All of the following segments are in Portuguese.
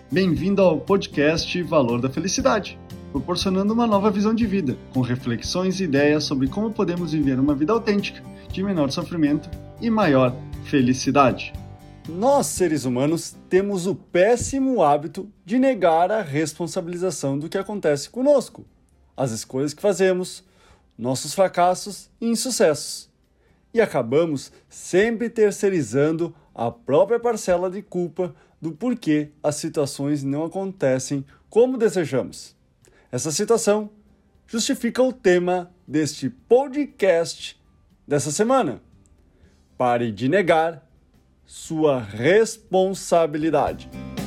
Bem-vindo ao podcast Valor da Felicidade, proporcionando uma nova visão de vida, com reflexões e ideias sobre como podemos viver uma vida autêntica, de menor sofrimento e maior felicidade. Nós, seres humanos, temos o péssimo hábito de negar a responsabilização do que acontece conosco, as escolhas que fazemos, nossos fracassos e insucessos. E acabamos sempre terceirizando a própria parcela de culpa do porquê as situações não acontecem como desejamos. Essa situação justifica o tema deste podcast dessa semana. Pare de negar sua responsabilidade.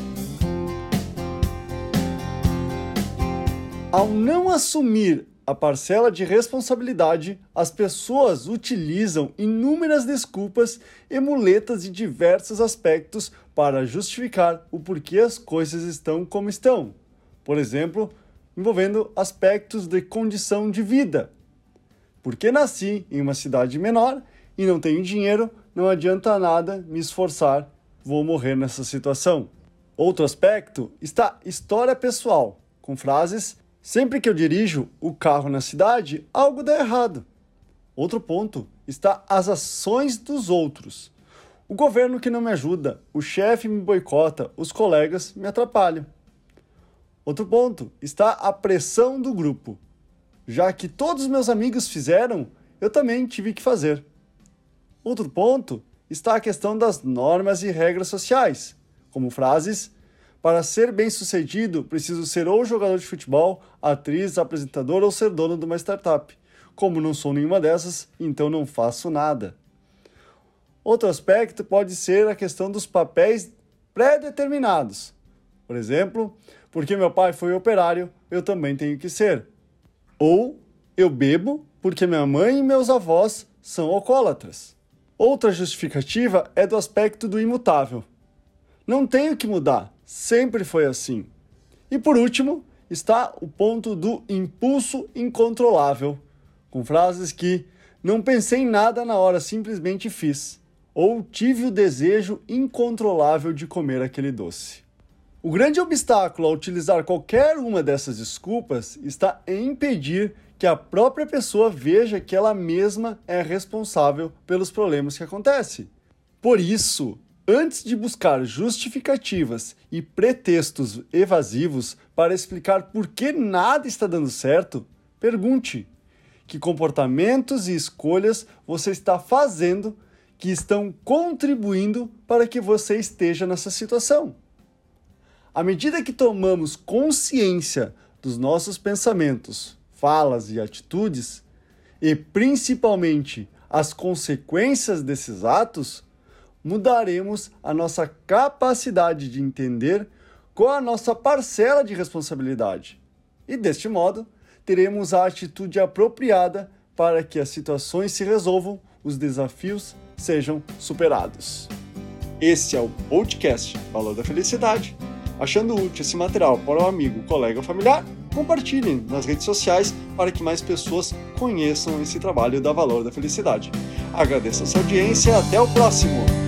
Ao não assumir a parcela de responsabilidade, as pessoas utilizam inúmeras desculpas e muletas de diversos aspectos para justificar o porquê as coisas estão como estão. Por exemplo, envolvendo aspectos de condição de vida. Porque nasci em uma cidade menor e não tenho dinheiro, não adianta nada me esforçar, vou morrer nessa situação. Outro aspecto está história pessoal, com frases: sempre que eu dirijo o carro na cidade, algo dá errado. Outro ponto está as ações dos outros. O governo que não me ajuda, o chefe me boicota, os colegas me atrapalham. Outro ponto está a pressão do grupo. Já que todos meus amigos fizeram, eu também tive que fazer. Outro ponto está a questão das normas e regras sociais, como frases: para ser bem-sucedido, preciso ser ou jogador de futebol, atriz, apresentador ou ser dono de uma startup. Como não sou nenhuma dessas, então não faço nada. Outro aspecto pode ser a questão dos papéis pré-determinados. Por exemplo, porque meu pai foi operário, eu também tenho que ser. Ou eu bebo porque minha mãe e meus avós são alcoólatras. Outra justificativa é do aspecto do imutável. Não tenho que mudar, sempre foi assim. E por último, está o ponto do impulso incontrolável, com frases que não pensei em nada na hora, simplesmente fiz. Ou tive o desejo incontrolável de comer aquele doce. O grande obstáculo a utilizar qualquer uma dessas desculpas está em impedir que a própria pessoa veja que ela mesma é responsável pelos problemas que acontecem. Por isso, antes de buscar justificativas e pretextos evasivos para explicar por que nada está dando certo, pergunte: que comportamentos e escolhas você está fazendo que estão contribuindo para que você esteja nessa situação? À medida que tomamos consciência dos nossos pensamentos, falas e atitudes, e principalmente as consequências desses atos, mudaremos a nossa capacidade de entender qual a nossa parcela de responsabilidade. E deste modo, teremos a atitude apropriada para que as situações se resolvam, os desafios sejam superados. Esse é o podcast Valor da Felicidade. Achando útil esse material para um amigo, colega ou familiar, compartilhem nas redes sociais para que mais pessoas conheçam esse trabalho da Valor da Felicidade. Agradeço a sua audiência e até o próximo!